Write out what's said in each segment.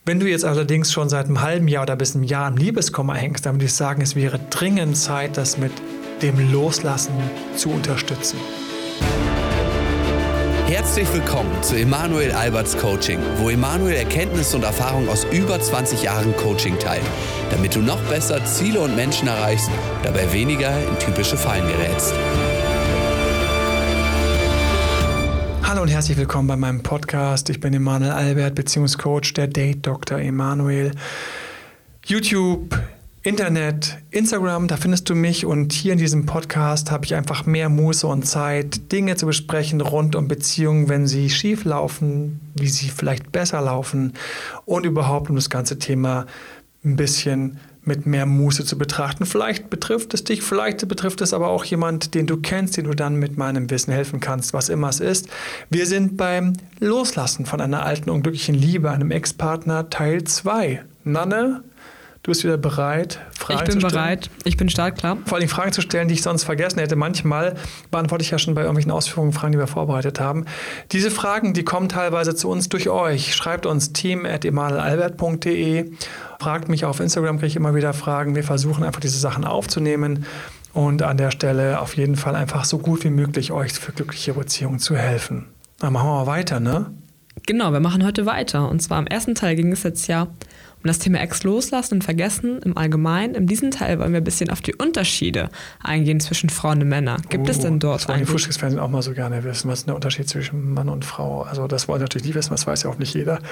Wenn du jetzt allerdings schon seit einem halben Jahr oder bis einem Jahr im Liebeskummer hängst, dann würde ich sagen, es wäre dringend Zeit, das mit dem Loslassen zu unterstützen. Herzlich willkommen zu Emanuel Alberts Coaching, wo Emanuel Erkenntnisse und Erfahrung aus über 20 Jahren Coaching teilt, damit du noch besser Ziele und Menschen erreichst, dabei weniger in typische Fallen gerätst. Hallo und herzlich willkommen bei meinem Podcast. Ich bin Emanuel Albert, Beziehungscoach, der Date Dr. Emanuel. YouTube, Internet, Instagram, da findest du mich, und hier in diesem Podcast habe ich einfach mehr Muße und Zeit, Dinge zu besprechen rund um Beziehungen, wenn sie schief laufen, wie sie vielleicht besser laufen und überhaupt um das ganze Thema ein bisschen mit mehr Muße zu betrachten. Vielleicht betrifft es dich, vielleicht betrifft es aber auch jemand, den du kennst, den du dann mit meinem Wissen helfen kannst, was immer es ist. Wir sind beim Loslassen von einer alten, unglücklichen Liebe, einem Ex-Partner, Teil 2. Nanne, du bist wieder bereit, Fragen zu stellen? Ich bin bereit, ich bin startklar. Vor allem Fragen zu stellen, die ich sonst vergessen hätte. Manchmal beantworte ich ja schon bei irgendwelchen Ausführungen Fragen, die wir vorbereitet haben. Diese Fragen, die kommen teilweise zu uns durch euch. Schreibt uns team@emanuelalbert.de. Fragt mich auf Instagram, kriege ich immer wieder Fragen. Wir versuchen einfach diese Sachen aufzunehmen und an der Stelle auf jeden Fall einfach so gut wie möglich euch für glückliche Beziehungen zu helfen. Dann machen wir mal weiter, ne? Genau, wir machen heute weiter. Und zwar im ersten Teil ging es jetzt ja um das Thema Ex loslassen und vergessen im Allgemeinen. In diesem Teil wollen wir ein bisschen auf die Unterschiede eingehen zwischen Frauen und Männern. Gibt es denn dort das wollen die Frühstücksfernsehen auch mal so gerne wissen. Was ist der Unterschied zwischen Mann und Frau? Also das wollen natürlich nie wissen, das weiß ja auch nicht jeder.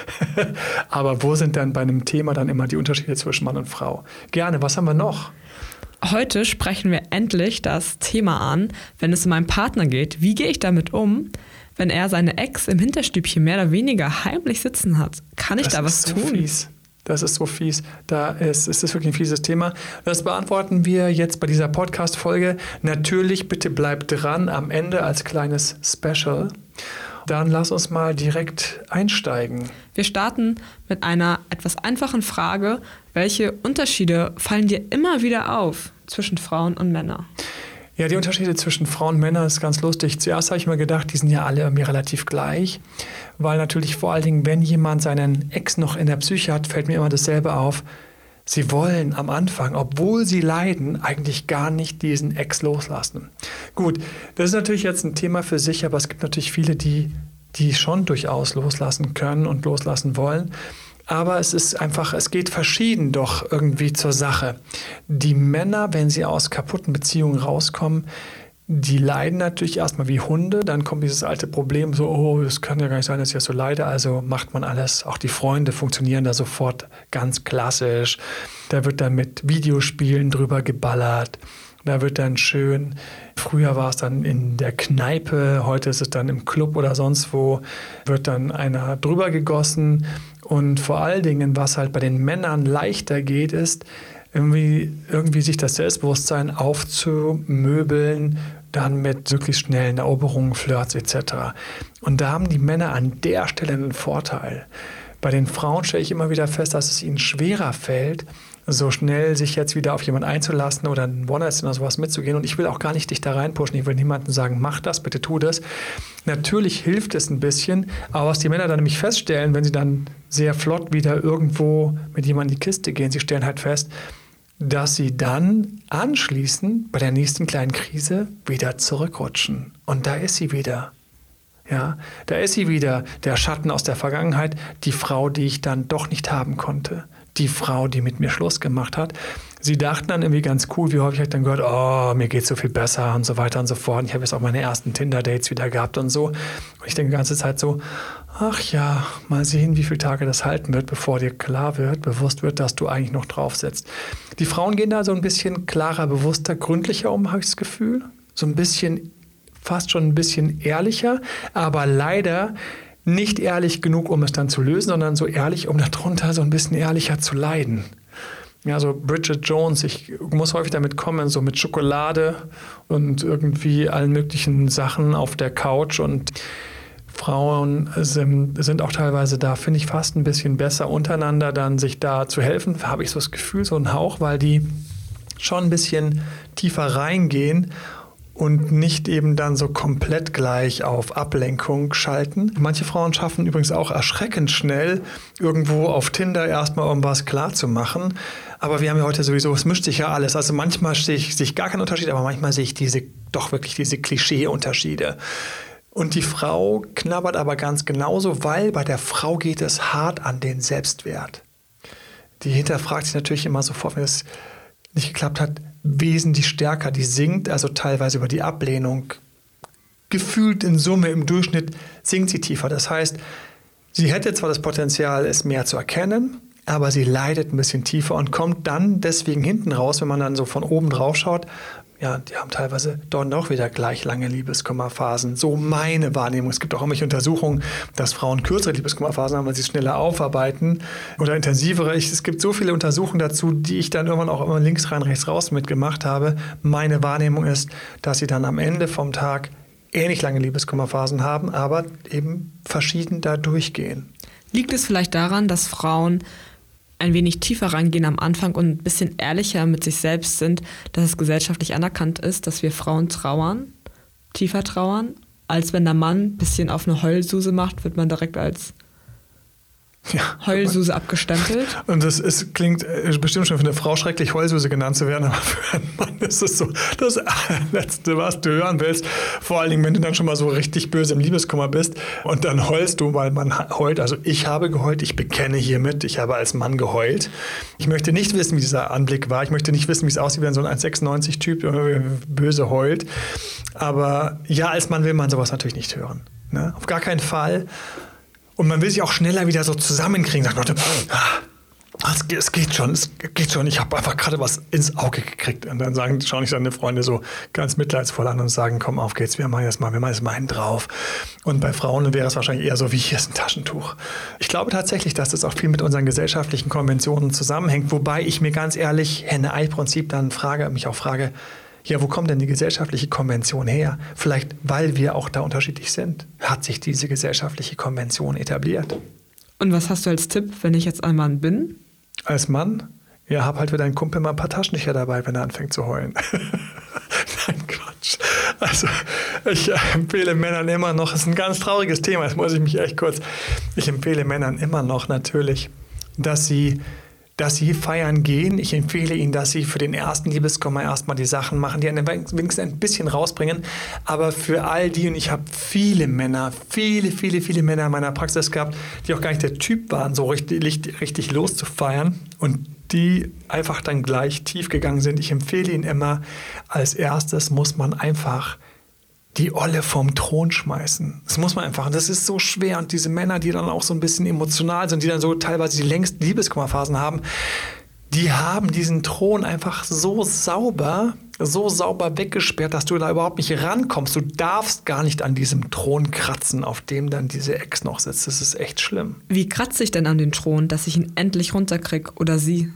Aber wo sind dann bei einem Thema dann immer die Unterschiede zwischen Mann und Frau? Gerne, was haben wir noch? Heute sprechen wir endlich das Thema an, wenn es um meinen Partner geht. Wie gehe ich damit um, wenn er seine Ex im Hinterstübchen mehr oder weniger heimlich sitzen hat? Kann ich da was tun? Fies. Das ist so fies. Es ist wirklich ein fieses Thema. Das beantworten wir jetzt bei dieser Podcast-Folge. Natürlich, bitte bleibt dran am Ende als kleines Special. Dann lass uns mal direkt einsteigen. Wir starten mit einer etwas einfachen Frage. Welche Unterschiede fallen dir immer wieder auf zwischen Frauen und Männern? Ja, die Unterschiede zwischen Frauen und Männern ist ganz lustig. Zuerst habe ich mir gedacht, die sind ja alle irgendwie relativ gleich, weil natürlich vor allen Dingen, wenn jemand seinen Ex noch in der Psyche hat, fällt mir immer dasselbe auf. Sie wollen am Anfang, obwohl sie leiden, eigentlich gar nicht diesen Ex loslassen. Gut, das ist natürlich jetzt ein Thema für sich, aber es gibt natürlich viele, die schon durchaus loslassen können und loslassen wollen. Aber es ist einfach, es geht verschieden doch irgendwie zur Sache. Die Männer, wenn sie aus kaputten Beziehungen rauskommen, die leiden natürlich erstmal wie Hunde. Dann kommt dieses alte Problem so, oh, es kann ja gar nicht sein, dass ich das so leide. Also macht man alles. Auch die Freunde funktionieren da sofort ganz klassisch. Da wird dann mit Videospielen drüber geballert. Da wird dann schön, früher war es dann in der Kneipe, heute ist es dann im Club oder sonst wo, wird dann einer drüber gegossen. Und vor allen Dingen, was halt bei den Männern leichter geht, ist, irgendwie sich das Selbstbewusstsein aufzumöbeln, dann mit möglichst schnellen Eroberungen, Flirts etc. Und da haben die Männer an der Stelle einen Vorteil. Bei den Frauen stelle ich immer wieder fest, dass es ihnen schwerer fällt, so schnell sich jetzt wieder auf jemanden einzulassen oder einen One-Night-Stand oder sowas mitzugehen. Und ich will auch gar nicht dich da reinpushen. Ich will niemandem sagen, mach das, bitte tu das. Natürlich hilft es ein bisschen, aber was die Männer dann nämlich feststellen, wenn sie dann sehr flott wieder irgendwo mit jemandem in die Kiste gehen, sie stellen halt fest, dass sie dann anschließend bei der nächsten kleinen Krise wieder zurückrutschen. Und da ist sie wieder. Ja, da ist sie wieder, der Schatten aus der Vergangenheit, die Frau, die ich dann doch nicht haben konnte. Die Frau, die mit mir Schluss gemacht hat. Sie dachten dann irgendwie ganz cool, wie häufig habe ich dann gehört, oh, mir geht es so viel besser und so weiter und so fort. Und ich habe jetzt auch meine ersten Tinder-Dates wieder gehabt und so. Und ich denke die ganze Zeit so, ach ja, mal sehen, wie viele Tage das halten wird, bevor dir klar wird, bewusst wird, dass du eigentlich noch drauf sitzt. Die Frauen gehen da so ein bisschen klarer, bewusster, gründlicher um, habe ich das Gefühl. So ein bisschen, fast schon ein bisschen ehrlicher, aber leider nicht ehrlich genug, um es dann zu lösen, sondern so ehrlich, um darunter so ein bisschen ehrlicher zu leiden. Ja, so Bridget Jones, ich muss häufig damit kommen, so mit Schokolade und irgendwie allen möglichen Sachen auf der Couch, und Frauen sind auch teilweise da, finde ich, fast ein bisschen besser untereinander, dann sich da zu helfen, habe ich so das Gefühl, so ein Hauch, weil die schon ein bisschen tiefer reingehen und nicht eben dann so komplett gleich auf Ablenkung schalten. Manche Frauen schaffen übrigens auch erschreckend schnell, irgendwo auf Tinder erstmal irgendwas klar zu machen. Aber wir haben ja heute sowieso, es mischt sich ja alles. Also manchmal sehe ich gar keinen Unterschied, aber manchmal sehe ich diese Klischee-Unterschiede. Und die Frau knabbert aber ganz genauso, weil bei der Frau geht es hart an den Selbstwert. Die hinterfragt sich natürlich immer sofort, wenn es nicht geklappt hat, wesentlich stärker. Die sinkt also teilweise über die Ablehnung. Gefühlt in Summe, im Durchschnitt sinkt sie tiefer. Das heißt, sie hätte zwar das Potenzial, es mehr zu erkennen, aber sie leidet ein bisschen tiefer und kommt dann deswegen hinten raus, wenn man dann so von oben drauf schaut. Ja, die haben teilweise dort auch wieder gleich lange Liebeskummerphasen. So meine Wahrnehmung. Es gibt auch irgendwelche Untersuchungen, dass Frauen kürzere Liebeskummerphasen haben, weil sie schneller aufarbeiten oder intensivere. Es gibt so viele Untersuchungen dazu, die ich dann irgendwann auch immer links rein, rechts raus mitgemacht habe. Meine Wahrnehmung ist, dass sie dann am Ende vom Tag ähnlich lange Liebeskummerphasen haben, aber eben verschieden da durchgehen. Liegt es vielleicht daran, dass Frauen ein wenig tiefer rangehen am Anfang und ein bisschen ehrlicher mit sich selbst sind, dass es gesellschaftlich anerkannt ist, dass wir Frauen trauern, tiefer trauern, als wenn der Mann ein bisschen auf eine Heulsuse macht, wird man direkt als Heulsuse abgestempelt. Und es klingt bestimmt schon für eine Frau schrecklich, Heulsuse genannt zu werden, aber für einen Mann ist es so das Letzte, was du hören willst. Vor allen Dingen, wenn du dann schon mal so richtig böse im Liebeskummer bist und dann heulst du, weil man heult. Also ich habe geheult, ich bekenne hiermit, ich habe als Mann geheult. Ich möchte nicht wissen, wie dieser Anblick war. Ich möchte nicht wissen, wie es aussieht, wenn so ein 1,96-Typ böse heult. Aber ja, als Mann will man sowas natürlich nicht hören. Ne? Auf gar keinen Fall. Und man will sich auch schneller wieder so zusammenkriegen. Sagt Leute, es geht schon. Ich habe einfach gerade was ins Auge gekriegt. Und dann schauen ich seine Freunde so ganz mitleidsvoll an und sagen, komm, auf geht's, wir machen jetzt mal einen drauf. Und bei Frauen wäre es wahrscheinlich eher so wie, hier ist ein Taschentuch. Ich glaube tatsächlich, dass das auch viel mit unseren gesellschaftlichen Konventionen zusammenhängt. Wobei ich mir ganz ehrlich, Henne-Ei-Prinzip dann mich auch frage, ja, wo kommt denn die gesellschaftliche Konvention her? Vielleicht, weil wir auch da unterschiedlich sind, hat sich diese gesellschaftliche Konvention etabliert. Und was hast du als Tipp, wenn ich jetzt ein Mann bin? Als Mann? Ja, hab halt für deinen Kumpel mal ein paar Taschentücher dabei, wenn er anfängt zu heulen. Nein, Quatsch. Also, ich empfehle Männern immer noch, das ist ein ganz trauriges Thema, jetzt muss ich mich echt kurz, ich empfehle Männern immer noch natürlich, dass sie feiern gehen. Ich empfehle ihnen, dass sie für den ersten Liebeskummer erstmal die Sachen machen, die einen wenigstens ein bisschen rausbringen. Aber für all die, und ich habe viele Männer in meiner Praxis gehabt, die auch gar nicht der Typ waren, so richtig loszufeiern und die einfach dann gleich tief gegangen sind. Ich empfehle ihnen immer, als erstes muss man einfach die Olle vom Thron schmeißen. Das muss man einfach. Und das ist so schwer. Und diese Männer, die dann auch so ein bisschen emotional sind, die dann so teilweise die längsten Liebeskummerphasen haben, die haben diesen Thron einfach so sauber weggesperrt, dass du da überhaupt nicht rankommst. Du darfst gar nicht an diesem Thron kratzen, auf dem dann diese Ex noch sitzt. Das ist echt schlimm. Wie kratze ich denn an den Thron, dass ich ihn endlich runterkriege oder sie?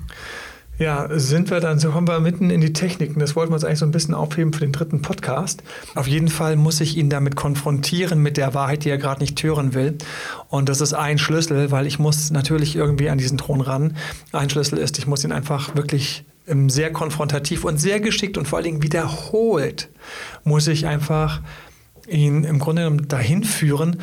Ja, kommen wir mitten in die Techniken. Das wollten wir uns eigentlich so ein bisschen aufheben für den 3. Podcast. Auf jeden Fall muss ich ihn damit konfrontieren mit der Wahrheit, die er gerade nicht hören will. Und das ist ein Schlüssel, weil ich muss natürlich irgendwie an diesen Thron ran. Ein Schlüssel ist, ich muss ihn einfach wirklich sehr konfrontativ und sehr geschickt und vor allen Dingen wiederholt muss ich einfach ihn im Grunde genommen dahin führen,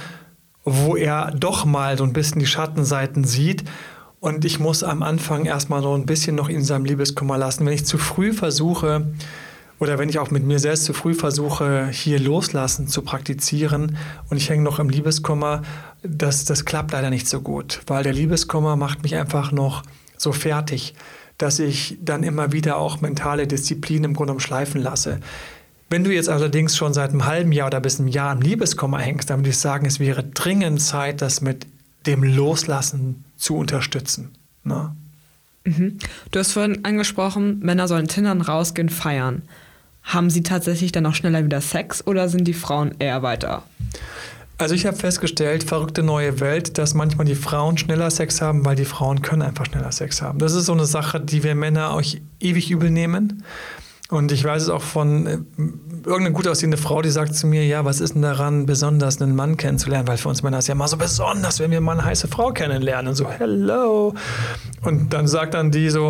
wo er doch mal so ein bisschen die Schattenseiten sieht. Und ich muss am Anfang erstmal so ein bisschen noch in seinem Liebeskummer lassen. Wenn ich zu früh versuche oder wenn ich auch mit mir selbst zu früh versuche, hier loslassen zu praktizieren und ich hänge noch im Liebeskummer, das klappt leider nicht so gut, weil der Liebeskummer macht mich einfach noch so fertig, dass ich dann immer wieder auch mentale Disziplin im Grunde schleifen lasse. Wenn du jetzt allerdings schon seit einem halben Jahr oder bis einem Jahr im Liebeskummer hängst, dann würde ich sagen, es wäre dringend Zeit, das mit dem Loslassen zu unterstützen. Ne? Mhm. Du hast vorhin angesprochen, Männer sollen Tindern, rausgehen, feiern. Haben sie tatsächlich dann auch schneller wieder Sex oder sind die Frauen eher weiter? Also ich habe festgestellt, verrückte neue Welt, dass manchmal die Frauen schneller Sex haben, weil die Frauen können einfach schneller Sex haben. Das ist so eine Sache, die wir Männer auch ewig übel nehmen. Und ich weiß es auch von irgendeine gut aussehende Frau, die sagt zu mir, ja, was ist denn daran besonders, einen Mann kennenzulernen? Weil für uns Männer ist ja mal so besonders, wenn wir mal eine heiße Frau kennenlernen. Und so, hello. Und dann sagt dann die so,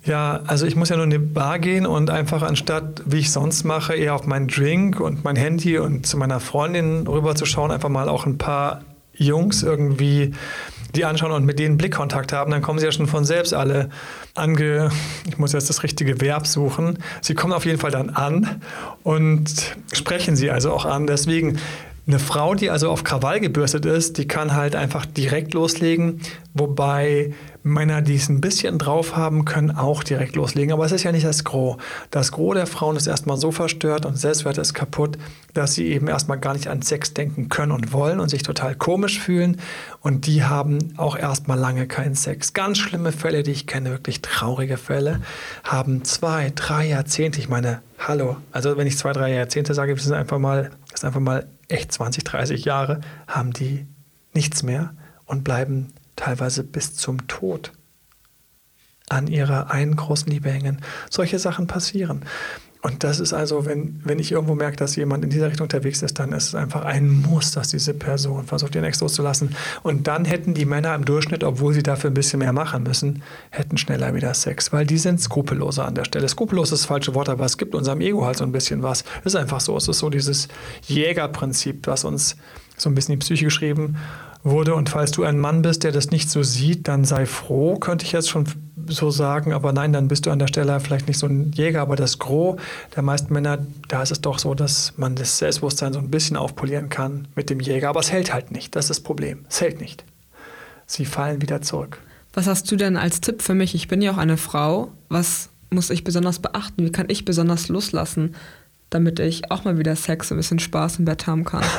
Ja, also ich muss ja nur in eine Bar gehen und einfach anstatt, wie ich sonst mache, eher auf meinen Drink und mein Handy und zu meiner Freundin rüber zu schauen, einfach mal auch ein paar Jungs irgendwie die anschauen und mit denen Blickkontakt haben, dann kommen sie ja schon von selbst alle ich muss jetzt das richtige Verb suchen, sie kommen auf jeden Fall dann an und sprechen sie also auch an. Deswegen eine Frau, die also auf Krawall gebürstet ist, die kann halt einfach direkt loslegen, wobei Männer, die es ein bisschen drauf haben, können auch direkt loslegen. Aber es ist ja nicht das Gros. Das Gros der Frauen ist erstmal so verstört und Selbstwert ist kaputt, dass sie eben erstmal gar nicht an Sex denken können und wollen und sich total komisch fühlen. Und die haben auch erstmal lange keinen Sex. Ganz schlimme Fälle, die ich kenne, wirklich traurige Fälle, haben 2, 3 Jahrzehnte, ich meine, hallo, also wenn ich 2, 3 Jahrzehnte sage, das ist einfach mal echt 20, 30 Jahre, haben die nichts mehr und bleiben teilweise bis zum Tod an ihrer einen großen Liebe hängen. Solche Sachen passieren. Und das ist also, wenn ich irgendwo merke, dass jemand in dieser Richtung unterwegs ist, dann ist es einfach ein Muss, dass diese Person versucht, ihren Ex loszulassen. Und dann hätten die Männer im Durchschnitt, obwohl sie dafür ein bisschen mehr machen müssen, hätten schneller wieder Sex, weil die sind skrupelloser an der Stelle. Skrupellos ist das falsche Wort, aber es gibt unserem Ego halt so ein bisschen was. Es ist einfach so. Es ist so dieses Jägerprinzip, was uns so ein bisschen in die Psyche geschrieben wurde. Und falls du ein Mann bist, der das nicht so sieht, dann sei froh, könnte ich jetzt schon so sagen. Aber nein, dann bist du an der Stelle vielleicht nicht so ein Jäger. Aber das Gros der meisten Männer, da ist es doch so, dass man das Selbstbewusstsein so ein bisschen aufpolieren kann mit dem Jäger. Aber es hält halt nicht. Das ist das Problem. Es hält nicht. Sie fallen wieder zurück. Was hast du denn als Tipp für mich? Ich bin ja auch eine Frau. Was muss ich besonders beachten? Wie kann ich besonders loslassen, damit ich auch mal wieder Sex und ein bisschen Spaß im Bett haben kann?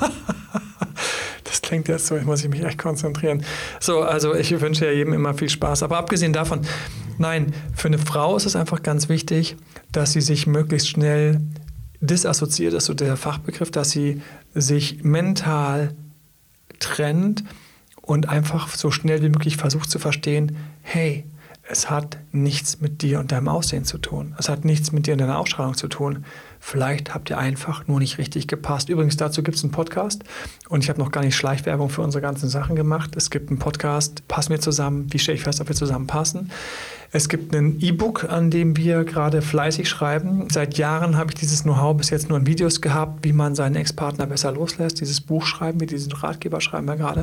Das klingt jetzt so, ich muss mich echt konzentrieren. So, also ich wünsche ja jedem immer viel Spaß. Aber abgesehen davon, nein, für eine Frau ist es einfach ganz wichtig, dass sie sich möglichst schnell disassoziiert, ist so der Fachbegriff, dass sie sich mental trennt und einfach so schnell wie möglich versucht zu verstehen, hey, es hat nichts mit dir und deinem Aussehen zu tun. Es hat nichts mit dir und deiner Ausstrahlung zu tun. Vielleicht habt ihr einfach nur nicht richtig gepasst. Übrigens, dazu gibt es einen Podcast und ich habe noch gar nicht Schleichwerbung für unsere ganzen Sachen gemacht. Es gibt einen Podcast, passen wir zusammen, wie stelle ich fest, ob wir zusammenpassen. Es gibt ein E-Book, an dem wir gerade fleißig schreiben. Seit Jahren habe ich dieses Know-how bis jetzt nur in Videos gehabt, wie man seinen Ex-Partner besser loslässt. Dieses Buch schreiben wir, diesen Ratgeber schreiben wir gerade.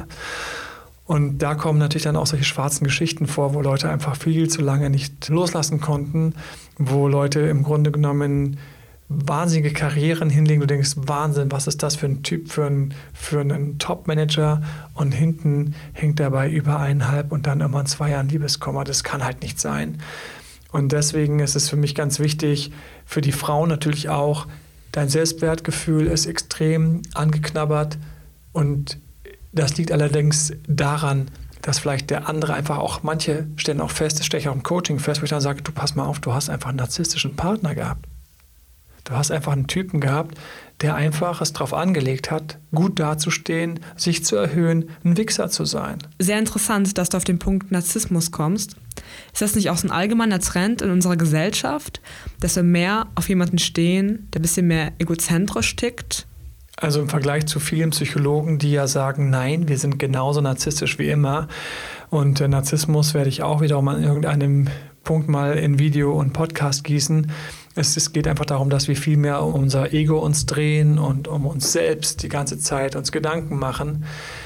Und da kommen natürlich dann auch solche schwarzen Geschichten vor, wo Leute einfach viel zu lange nicht loslassen konnten, wo Leute im Grunde genommen wahnsinnige Karrieren hinlegen. Du denkst, Wahnsinn, was ist das für ein Typ, für einen Top-Manager? Und hinten hängt dabei über 1,5 und dann immer in 2 Jahren Liebeskummer. Das kann halt nicht sein. Und deswegen ist es für mich ganz wichtig, für die Frauen natürlich auch, dein Selbstwertgefühl ist extrem angeknabbert und das liegt allerdings daran, dass vielleicht der andere einfach auch, manche stellen auch fest, das stelle ich auch im Coaching fest, wo ich dann sage, du pass mal auf, du hast einfach einen narzisstischen Partner gehabt. Du hast einfach einen Typen gehabt, der einfach es drauf angelegt hat, gut dazustehen, sich zu erhöhen, ein Wichser zu sein. Sehr interessant, dass du auf den Punkt Narzissmus kommst. Ist das nicht auch so ein allgemeiner Trend in unserer Gesellschaft, dass wir mehr auf jemanden stehen, der ein bisschen mehr egozentrisch tickt? Also im Vergleich zu vielen Psychologen, die ja sagen, nein, wir sind genauso narzisstisch wie immer. Und Narzissmus werde ich auch wiederum an irgendeinem Punkt mal in Video und Podcast gießen. Es geht einfach darum, dass wir viel mehr um unser Ego uns drehen und um uns selbst die ganze Zeit uns Gedanken machen.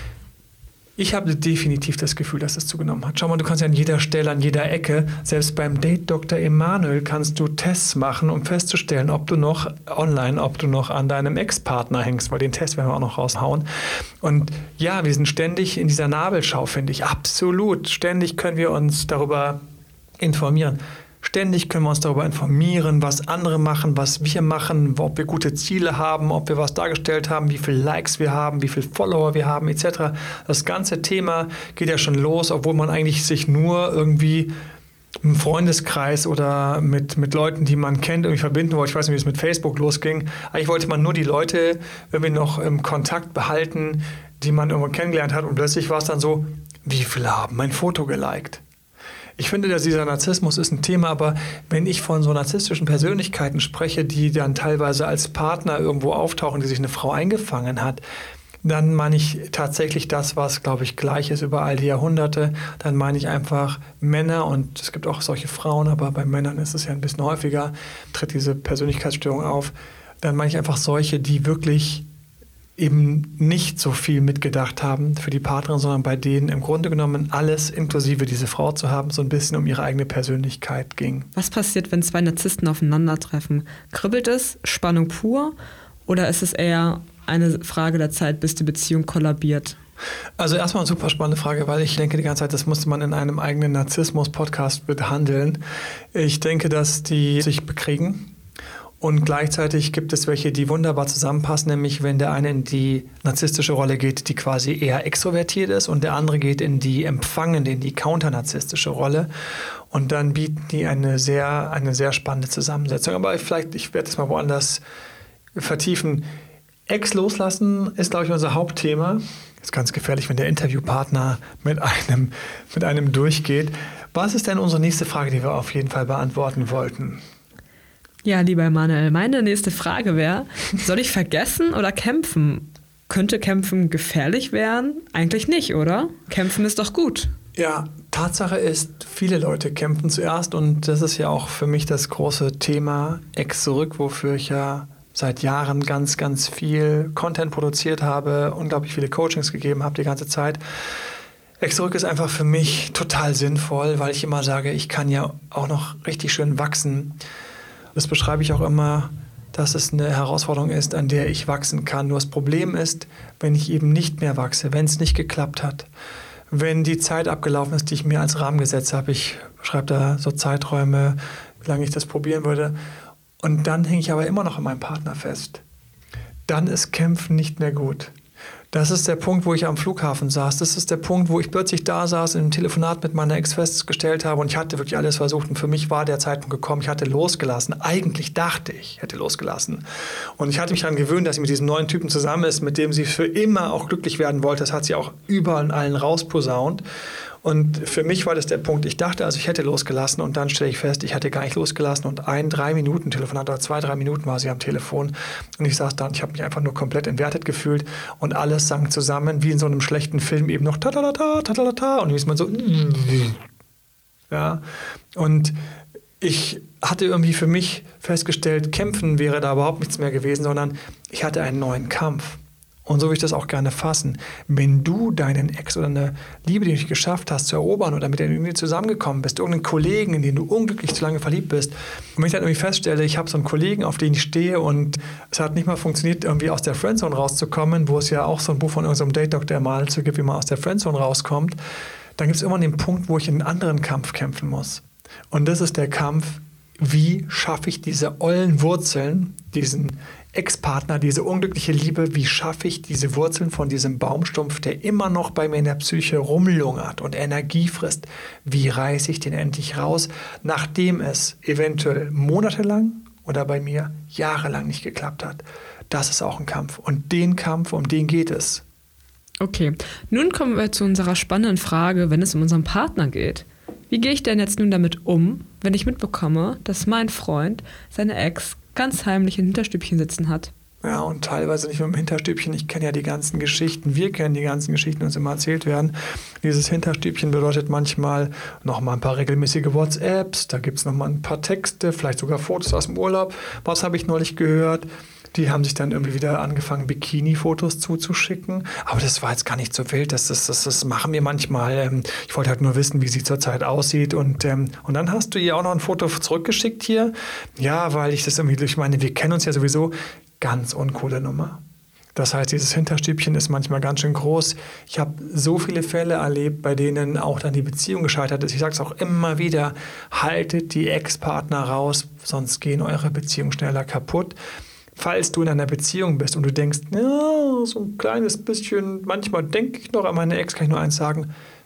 Ich habe definitiv das Gefühl, dass es zugenommen hat. Schau mal, du kannst ja an jeder Stelle, an jeder Ecke, selbst beim Date Dr. Emanuel kannst du Tests machen, um festzustellen, ob du noch an deinem Ex-Partner hängst, weil den Test werden wir auch noch raushauen. Und ja, wir sind ständig in dieser Nabelschau, finde ich, absolut. Ständig können wir uns darüber informieren. Ständig können wir uns darüber informieren, was andere machen, was wir machen, ob wir gute Ziele haben, ob wir was dargestellt haben, wie viele Likes wir haben, wie viele Follower wir haben, etc. Das ganze Thema geht ja schon los, obwohl man eigentlich sich nur irgendwie im Freundeskreis oder mit Leuten, die man kennt, irgendwie verbinden wollte. Ich weiß nicht, wie es mit Facebook losging. Eigentlich wollte man nur die Leute irgendwie noch im Kontakt behalten, die man irgendwo kennengelernt hat. Und plötzlich war es dann so, wie viele haben mein Foto geliked? Ich finde, dass dieser Narzissmus ist ein Thema, aber wenn ich von so narzisstischen Persönlichkeiten spreche, die dann teilweise als Partner irgendwo auftauchen, die sich eine Frau eingefangen hat, dann meine ich tatsächlich das, was, glaube ich, gleich ist über all die Jahrhunderte. Dann meine ich einfach Männer, und es gibt auch solche Frauen, aber bei Männern ist es ja ein bisschen häufiger, tritt diese Persönlichkeitsstörung auf. Dann meine ich einfach solche, die wirklich eben nicht so viel mitgedacht haben für die Partnerin, sondern bei denen im Grunde genommen alles, inklusive diese Frau zu haben, so ein bisschen um ihre eigene Persönlichkeit ging. Was passiert, wenn zwei Narzissten aufeinandertreffen? Kribbelt es, Spannung pur, oder ist es eher eine Frage der Zeit, bis die Beziehung kollabiert? Also erstmal eine super spannende Frage, weil ich denke die ganze Zeit, das musste man in einem eigenen Narzissmus-Podcast behandeln. Ich denke, dass die sich bekriegen. Und gleichzeitig gibt es welche, die wunderbar zusammenpassen, nämlich wenn der eine in die narzisstische Rolle geht, die quasi eher extrovertiert ist, und der andere geht in die empfangende, in die counternarzisstische Rolle. Und dann bieten die eine sehr spannende Zusammensetzung. Aber vielleicht, ich werde das mal woanders vertiefen. Ex loslassen ist, glaube ich, unser Hauptthema. Ist ganz gefährlich, wenn der Interviewpartner mit einem durchgeht. Was ist denn unsere nächste Frage, die wir auf jeden Fall beantworten wollten? Ja, lieber Emanuel, meine nächste Frage wäre, soll ich vergessen oder kämpfen? Könnte Kämpfen gefährlich werden? Eigentlich nicht, oder? Kämpfen ist doch gut. Ja, Tatsache ist, viele Leute kämpfen zuerst, und das ist ja auch für mich das große Thema Ex zurück, wofür ich ja seit Jahren ganz, ganz viel Content produziert habe, unglaublich viele Coachings gegeben habe die ganze Zeit. Ex zurück ist einfach für mich total sinnvoll, weil ich immer sage, ich kann ja auch noch richtig schön wachsen. Das beschreibe ich auch immer, dass es eine Herausforderung ist, an der ich wachsen kann. Nur das Problem ist, wenn ich eben nicht mehr wachse, wenn es nicht geklappt hat, wenn die Zeit abgelaufen ist, die ich mir als Rahmen gesetzt habe. Ich schreibe da so Zeiträume, wie lange ich das probieren würde. Und dann hänge ich aber immer noch an meinem Partner fest. Dann ist Kämpfen nicht mehr gut. Das ist der Punkt, wo ich am Flughafen saß. Das ist der Punkt, wo ich plötzlich da saß, in einem Telefonat mit meiner Ex festgestellt habe, und ich hatte wirklich alles versucht, und für mich war der Zeitpunkt gekommen, ich hatte losgelassen. Eigentlich dachte ich, ich hätte losgelassen. Und ich hatte mich daran gewöhnt, dass sie mit diesem neuen Typen zusammen ist, mit dem sie für immer auch glücklich werden wollte. Das hat sie auch überall in allen rausposaunt. Und für mich war das der Punkt, ich dachte also, ich hätte losgelassen, und dann stelle ich fest, ich hatte gar nicht losgelassen, und 3 Minuten Telefonat oder 2-3 Minuten war sie am Telefon, und ich saß da und ich habe mich einfach nur komplett entwertet gefühlt, und alles sang zusammen, wie in so einem schlechten Film eben noch ta-ta-ta-ta, ta-ta-ta-ta, und wie ist man so ja, und ich hatte irgendwie für mich festgestellt, kämpfen wäre da überhaupt nichts mehr gewesen, sondern ich hatte einen neuen Kampf. Und so will ich das auch gerne fassen. Wenn du deinen Ex oder eine Liebe, die du nicht geschafft hast, zu erobern, oder mit der du irgendwie zusammengekommen bist, irgendeinen Kollegen, in den du unglücklich zu lange verliebt bist, und wenn ich dann irgendwie feststelle, ich habe so einen Kollegen, auf den ich stehe, und es hat nicht mal funktioniert, irgendwie aus der Friendzone rauszukommen, wo es ja auch so ein Buch von irgendeinem Date-Doktor mal zu gibt, wie man aus der Friendzone rauskommt, dann gibt es irgendwann den Punkt, wo ich einen anderen Kampf kämpfen muss. Und das ist der Kampf, wie schaffe ich diese ollen Wurzeln, diesen Ex-Partner, diese unglückliche Liebe, wie schaffe ich diese Wurzeln von diesem Baumstumpf, der immer noch bei mir in der Psyche rumlungert und Energie frisst, wie reiße ich den endlich raus, nachdem es eventuell monatelang oder bei mir jahrelang nicht geklappt hat. Das ist auch ein Kampf, und den Kampf, um den geht es. Okay, nun kommen wir zu unserer spannenden Frage, wenn es um unseren Partner geht. Wie gehe ich denn jetzt nun damit um, wenn ich mitbekomme, dass mein Freund seine Ex ganz heimlich im Hinterstübchen sitzen hat? Ja, und teilweise nicht nur im Hinterstübchen. Ich kenne ja die ganzen Geschichten. Wir kennen die ganzen Geschichten, die uns immer erzählt werden. Dieses Hinterstübchen bedeutet manchmal noch mal ein paar regelmäßige WhatsApps. Da gibt es noch mal ein paar Texte, vielleicht sogar Fotos aus dem Urlaub. Was habe ich neulich gehört? Die haben sich dann irgendwie wieder angefangen, Bikini-Fotos zuzuschicken. Aber das war jetzt gar nicht so wild. Das machen wir manchmal. Ich wollte halt nur wissen, wie sie zurzeit aussieht. Und dann hast du ihr auch noch ein Foto zurückgeschickt hier. Ja, weil ich das irgendwie, ich meine, wir kennen uns ja sowieso. Ganz uncoole Nummer. Das heißt, dieses Hinterstübchen ist manchmal ganz schön groß. Ich habe so viele Fälle erlebt, bei denen auch dann die Beziehung gescheitert ist. Ich sage es auch immer wieder, haltet die Ex-Partner raus, sonst gehen eure Beziehungen schneller kaputt. Falls du in einer Beziehung bist und du denkst, ja, so ein kleines bisschen, manchmal denke ich noch an meine Ex, kann ich nur eins sagen,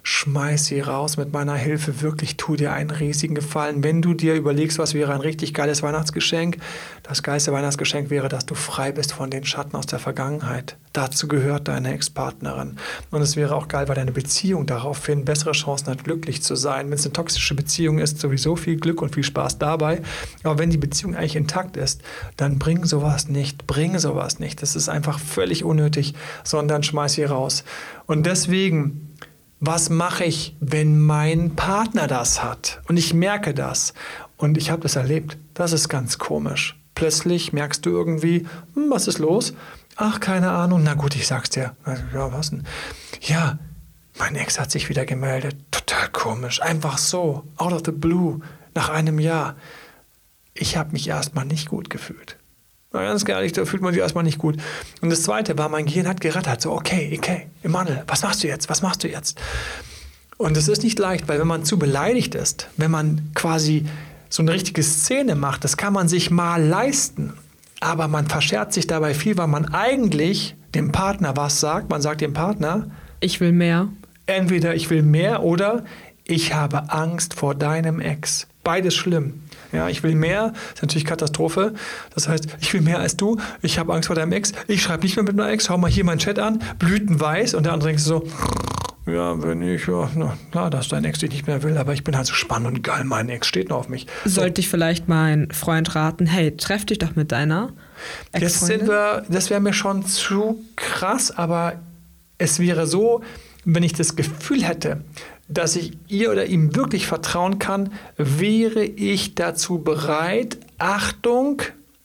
schmeiß sie raus mit meiner Hilfe. Wirklich, tu dir einen riesigen Gefallen. Wenn du dir überlegst, was wäre ein richtig geiles Weihnachtsgeschenk, das geilste Weihnachtsgeschenk wäre, dass du frei bist von den Schatten aus der Vergangenheit. Dazu gehört deine Ex-Partnerin. Und es wäre auch geil, weil deine Beziehung daraufhin bessere Chancen hat, glücklich zu sein. Wenn es eine toxische Beziehung ist, sowieso viel Glück und viel Spaß dabei. Aber wenn die Beziehung eigentlich intakt ist, dann bring sowas nicht. Das ist einfach völlig unnötig, sondern schmeiß sie raus. Und deswegen, was mache ich, wenn mein Partner das hat? Und ich merke das. Und ich habe das erlebt. Das ist ganz komisch. Plötzlich merkst du irgendwie, was ist los? Ach, keine Ahnung. Na gut, ich sag's dir. Ja, was denn? Ja, mein Ex hat sich wieder gemeldet. Total komisch. Einfach so, out of the blue, nach einem Jahr. Ich habe mich erstmal nicht gut gefühlt. Ganz ehrlich, da fühlt man sich erstmal nicht gut. Und das Zweite war, mein Gehirn hat gerattert. So, okay, Emanuel, was machst du jetzt? Und es ist nicht leicht, weil wenn man zu beleidigt ist, wenn man quasi so eine richtige Szene macht, das kann man sich mal leisten. Aber man verscherzt sich dabei viel, weil man eigentlich dem Partner was sagt. Man sagt dem Partner, ich will mehr. Entweder ich will mehr oder ich habe Angst vor deinem Ex. Beides schlimm. Ja, ich will mehr, ist natürlich Katastrophe. Das heißt, ich will mehr als du, ich habe Angst vor deinem Ex, ich schreibe nicht mehr mit meinem Ex, schau mal hier meinen Chat an, blütenweiß, und der andere denkt so, ja, klar, dass dein Ex dich nicht mehr will, aber ich bin halt so spannend und geil, mein Ex steht noch auf mich. Sollte ich vielleicht meinen Freund raten, hey, treff dich doch mit deiner Ex-Freundin? Das wäre mir schon zu krass, aber es wäre so, wenn ich das Gefühl hätte, dass ich ihr oder ihm wirklich vertrauen kann, wäre ich dazu bereit, Achtung,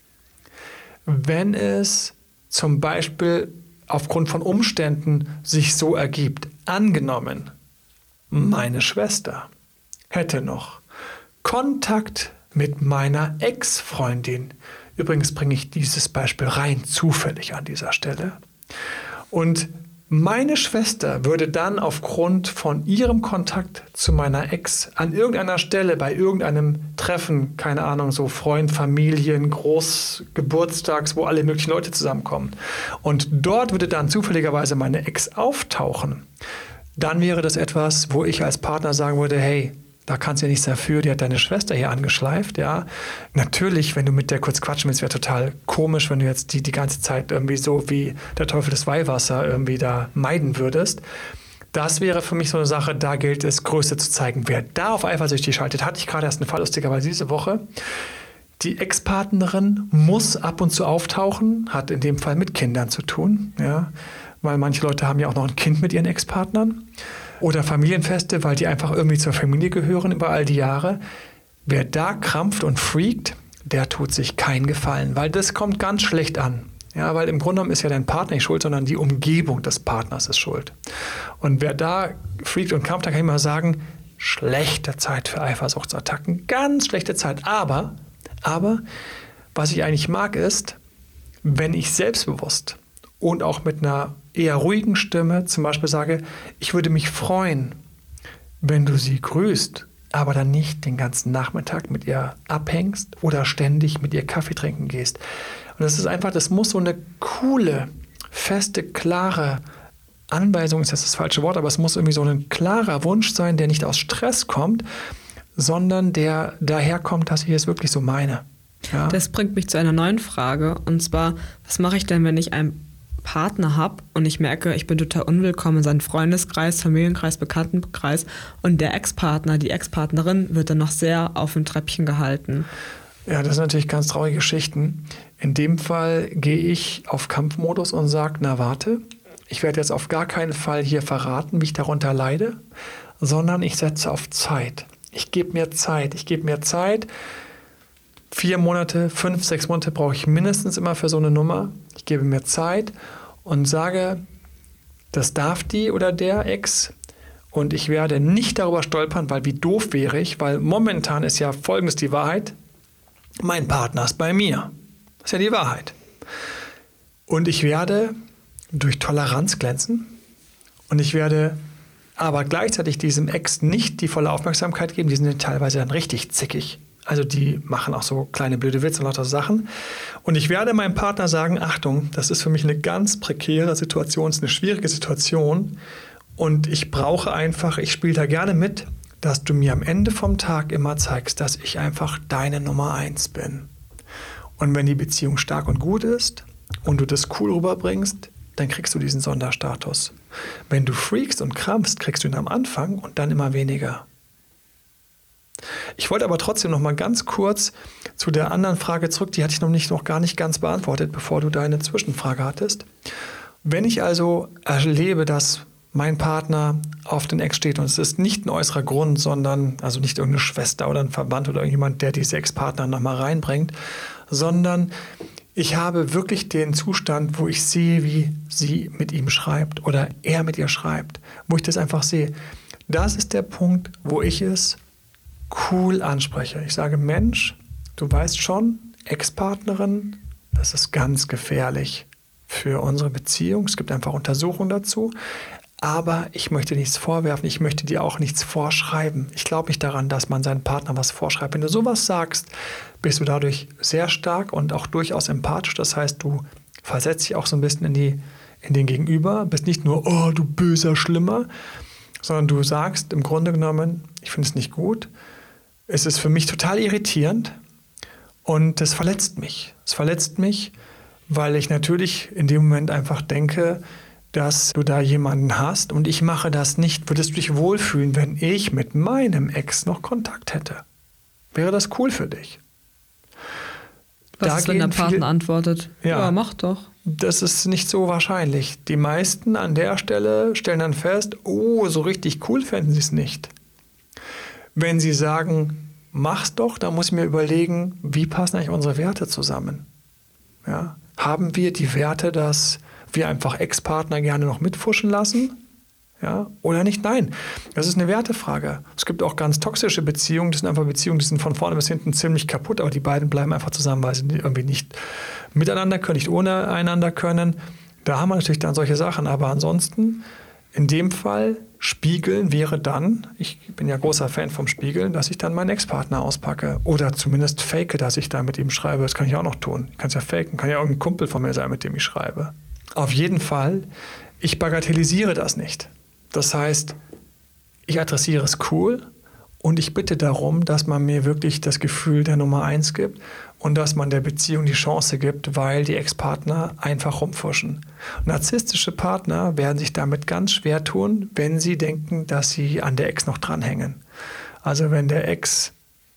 wenn es zum Beispiel aufgrund von Umständen sich so ergibt. Angenommen, meine Schwester hätte noch Kontakt mit meiner Ex-Freundin. Übrigens bringe ich dieses Beispiel rein zufällig an dieser Stelle. Und meine Schwester würde dann aufgrund von ihrem Kontakt zu meiner Ex an irgendeiner Stelle bei irgendeinem Treffen, keine Ahnung, so Freund, Familien, Geburtstags, wo alle möglichen Leute zusammenkommen, und dort würde dann zufälligerweise meine Ex auftauchen, dann wäre das etwas, wo ich als Partner sagen würde, hey, da kannst du ja nichts dafür, die hat deine Schwester hier angeschleift, ja. Natürlich, wenn du mit der kurz quatschen willst, wäre total komisch, wenn du jetzt die ganze Zeit irgendwie so wie der Teufel des Weihwasser irgendwie da meiden würdest. Das wäre für mich so eine Sache, da gilt es, Größe zu zeigen. Wer da auf eifersüchtig schaltet, hatte ich gerade erst einen Fall, lustigerweise diese Woche. Die Ex-Partnerin muss ab und zu auftauchen, hat in dem Fall mit Kindern zu tun, ja, weil manche Leute haben ja auch noch ein Kind mit ihren Ex-Partnern. Oder Familienfeste, weil die einfach irgendwie zur Familie gehören über all die Jahre. Wer da krampft und freakt, der tut sich keinen Gefallen, weil das kommt ganz schlecht an. Ja, weil im Grunde genommen ist ja dein Partner nicht schuld, sondern die Umgebung des Partners ist schuld. Und wer da freakt und krampft, da kann ich mal sagen, schlechte Zeit für Eifersuchtsattacken, ganz schlechte Zeit. Aber was ich eigentlich mag ist, wenn ich selbstbewusst und auch mit einer eher ruhigen Stimme zum Beispiel sage, ich würde mich freuen, wenn du sie grüßt, aber dann nicht den ganzen Nachmittag mit ihr abhängst oder ständig mit ihr Kaffee trinken gehst. Und das ist einfach, das muss so eine coole, feste, klare Anweisung, ist das falsche Wort, aber es muss irgendwie so ein klarer Wunsch sein, der nicht aus Stress kommt, sondern der daherkommt, dass ich es wirklich so meine. Ja? Das bringt mich zu einer neuen Frage, und zwar, was mache ich denn, wenn ich einen Partner habe und ich merke, ich bin total unwillkommen in seinem Freundeskreis, Familienkreis, Bekanntenkreis, und der Ex-Partner, die Ex-Partnerin wird dann noch sehr auf dem Treppchen gehalten. Ja, das sind natürlich ganz traurige Geschichten. In dem Fall gehe ich auf Kampfmodus und sage, na warte, ich werde jetzt auf gar keinen Fall hier verraten, wie ich darunter leide, sondern ich setze auf Zeit. Ich gebe mir Zeit. 4 Monate, 5, 6 Monate brauche ich mindestens immer für so eine Nummer. Ich gebe mir Zeit und sage, das darf die oder der Ex, und ich werde nicht darüber stolpern, weil wie doof wäre ich, weil momentan ist ja Folgendes die Wahrheit, mein Partner ist bei mir. Das ist ja die Wahrheit. Und ich werde durch Toleranz glänzen und ich werde aber gleichzeitig diesem Ex nicht die volle Aufmerksamkeit geben, die sind teilweise dann richtig zickig. Also die machen auch so kleine blöde Witze und lauter Sachen. Und ich werde meinem Partner sagen, Achtung, das ist für mich eine ganz prekäre Situation, es ist eine schwierige Situation. Und ich spiele da gerne mit, dass du mir am Ende vom Tag immer zeigst, dass ich einfach deine Nummer 1 bin. Und wenn die Beziehung stark und gut ist und du das cool rüberbringst, dann kriegst du diesen Sonderstatus. Wenn du freakst und krampfst, kriegst du ihn am Anfang und dann immer weniger. Ich wollte aber trotzdem noch mal ganz kurz zu der anderen Frage zurück, die hatte ich noch gar nicht ganz beantwortet, bevor du deine Zwischenfrage hattest. Wenn ich also erlebe, dass mein Partner auf den Ex steht und es ist nicht ein äußerer Grund, sondern also nicht irgendeine Schwester oder ein Verband oder irgendjemand, der diese Ex-Partner noch mal reinbringt, sondern ich habe wirklich den Zustand, wo ich sehe, wie sie mit ihm schreibt oder er mit ihr schreibt, wo ich das einfach sehe. Das ist der Punkt, wo ich es cool anspreche. Ich sage, Mensch, du weißt schon, Ex-Partnerin, das ist ganz gefährlich für unsere Beziehung. Es gibt einfach Untersuchungen dazu. Aber ich möchte nichts vorwerfen, ich möchte dir auch nichts vorschreiben. Ich glaube nicht daran, dass man seinem Partner was vorschreibt. Wenn du sowas sagst, bist du dadurch sehr stark und auch durchaus empathisch. Das heißt, du versetzt dich auch so ein bisschen in den Gegenüber, bist nicht nur, oh, du böser Schlimmer, sondern du sagst im Grunde genommen, ich finde es nicht gut, es ist für mich total irritierend und es verletzt mich. Es verletzt mich, weil ich natürlich in dem Moment einfach denke, dass du da jemanden hast und ich mache das nicht. Würdest du dich wohlfühlen, wenn ich mit meinem Ex noch Kontakt hätte? Wäre das cool für dich? Was ist, wenn der Partner antwortet? Ja, mach doch. Das ist nicht so wahrscheinlich. Die meisten an der Stelle stellen dann fest, oh, so richtig cool fänden sie es nicht. Wenn sie sagen, mach's doch, dann muss ich mir überlegen, wie passen eigentlich unsere Werte zusammen? Ja? Haben wir die Werte, dass wir einfach Ex-Partner gerne noch mitfuschen lassen? Ja, oder nicht? Nein, das ist eine Wertefrage. Es gibt auch ganz toxische Beziehungen, das sind einfach Beziehungen, die sind von vorne bis hinten ziemlich kaputt, aber die beiden bleiben einfach zusammen, weil sie irgendwie nicht miteinander können, nicht ohne einander können. Da haben wir natürlich dann solche Sachen, aber ansonsten, in dem Fall, Spiegeln wäre dann, ich bin ja großer Fan vom Spiegeln, dass ich dann meinen Ex-Partner auspacke oder zumindest fake, dass ich da mit ihm schreibe. Das kann ich auch noch tun. Ich kann es ja faken, kann ja irgendein Kumpel von mir sein, mit dem ich schreibe. Auf jeden Fall, ich bagatellisiere das nicht. Das heißt, ich adressiere es cool und ich bitte darum, dass man mir wirklich das Gefühl der Nummer 1 gibt und dass man der Beziehung die Chance gibt, weil die Ex-Partner einfach rumfuschen. Narzisstische Partner werden sich damit ganz schwer tun, wenn sie denken, dass sie an der Ex noch dranhängen. Also wenn der Ex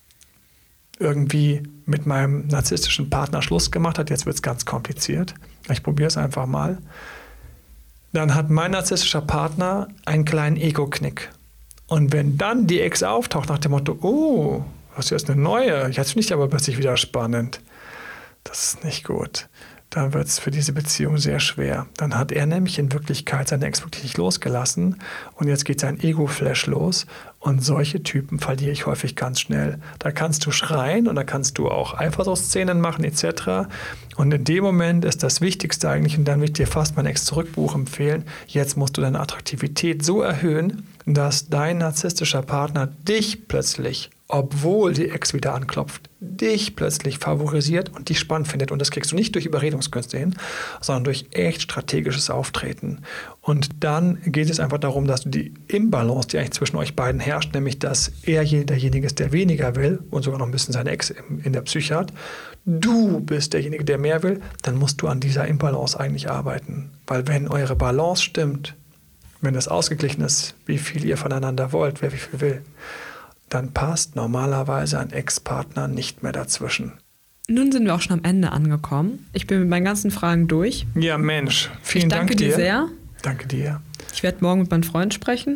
irgendwie mit meinem narzisstischen Partner Schluss gemacht hat, jetzt wird es ganz kompliziert, ich probiere es einfach mal, dann hat mein narzisstischer Partner einen kleinen Ego-Knick. Und wenn dann die Ex auftaucht nach dem Motto, oh, was ist jetzt eine neue, jetzt finde ich aber plötzlich wieder spannend, das ist nicht gut, dann wird es für diese Beziehung sehr schwer. Dann hat er nämlich in Wirklichkeit seine Ex wirklich nicht losgelassen und jetzt geht sein Ego-Flash los und solche Typen verliere ich häufig ganz schnell. Da kannst du schreien und da kannst du auch Eifersuchtsszenen machen etc. Und in dem Moment ist das Wichtigste eigentlich, und dann will ich dir fast mein Ex-Zurück-Buch empfehlen, jetzt musst du deine Attraktivität so erhöhen, dass dein narzisstischer Partner dich plötzlich, obwohl die Ex wieder anklopft, dich plötzlich favorisiert und dich spannend findet. Und das kriegst du nicht durch Überredungskünste hin, sondern durch echt strategisches Auftreten. Und dann geht es einfach darum, dass du die Imbalance, die eigentlich zwischen euch beiden herrscht, nämlich dass er derjenige ist, der weniger will und sogar noch ein bisschen seine Ex in der Psyche hat, du bist derjenige, der mehr will, dann musst du an dieser Imbalance eigentlich arbeiten. Weil wenn eure Balance stimmt, wenn das ausgeglichen ist, wie viel ihr voneinander wollt, wer wie viel will, dann passt normalerweise ein Ex-Partner nicht mehr dazwischen. Nun sind wir auch schon am Ende angekommen. Ich bin mit meinen ganzen Fragen durch. Ja, Mensch, vielen Dank dir. Ich danke dir sehr. Danke dir. Ich werde morgen mit meinem Freund sprechen.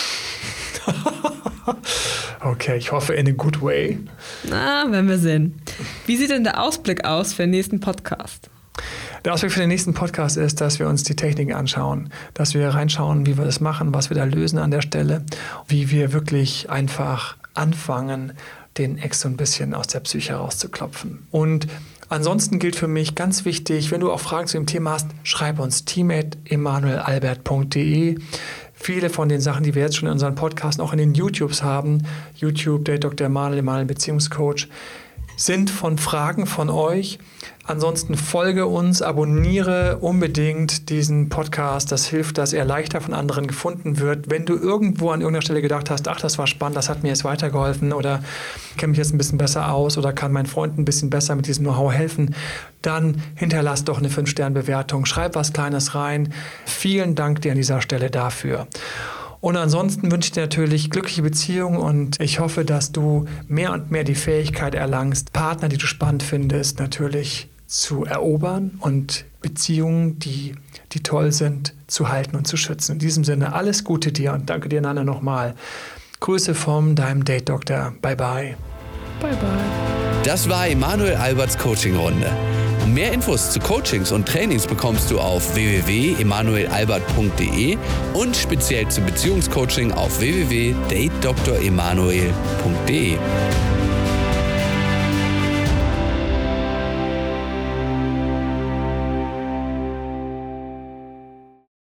Okay, ich hoffe in a good way. Na, werden wir sehen. Wie sieht denn der Ausblick aus für den nächsten Podcast? Der Ausblick für den nächsten Podcast ist, dass wir uns die Techniken anschauen, dass wir reinschauen, wie wir das machen, was wir da lösen an der Stelle, wie wir wirklich einfach anfangen, den Ex so ein bisschen aus der Psyche rauszuklopfen. Und ansonsten gilt für mich ganz wichtig, wenn du auch Fragen zu dem Thema hast, schreib uns team@emanuelalbert.de. Viele von den Sachen, die wir jetzt schon in unseren Podcasts auch in den YouTubes haben, YouTube, der Dr. Emanuel Beziehungscoach, sind von Fragen von euch. Ansonsten folge uns, abonniere unbedingt diesen Podcast. Das hilft, dass er leichter von anderen gefunden wird. Wenn du irgendwo an irgendeiner Stelle gedacht hast, ach, das war spannend, das hat mir jetzt weitergeholfen oder kenne mich jetzt ein bisschen besser aus oder kann meinen Freunden ein bisschen besser mit diesem Know-how helfen, dann hinterlass doch eine 5-Sterne-Bewertung. Schreib was Kleines rein. Vielen Dank dir an dieser Stelle dafür. Und ansonsten wünsche ich dir natürlich glückliche Beziehungen und ich hoffe, dass du mehr und mehr die Fähigkeit erlangst, Partner, die du spannend findest, natürlich zu erobern und Beziehungen, die toll sind, zu halten und zu schützen. In diesem Sinne, alles Gute dir und danke dir, Nanne, nochmal. Grüße von deinem Date-Doktor. Bye, bye. Bye, bye. Das war Emanuel Alberts Coaching-Runde. Mehr Infos zu Coachings und Trainings bekommst du auf www.emanuelalbert.de und speziell zu Beziehungscoaching auf www.datedoktoremanuel.de.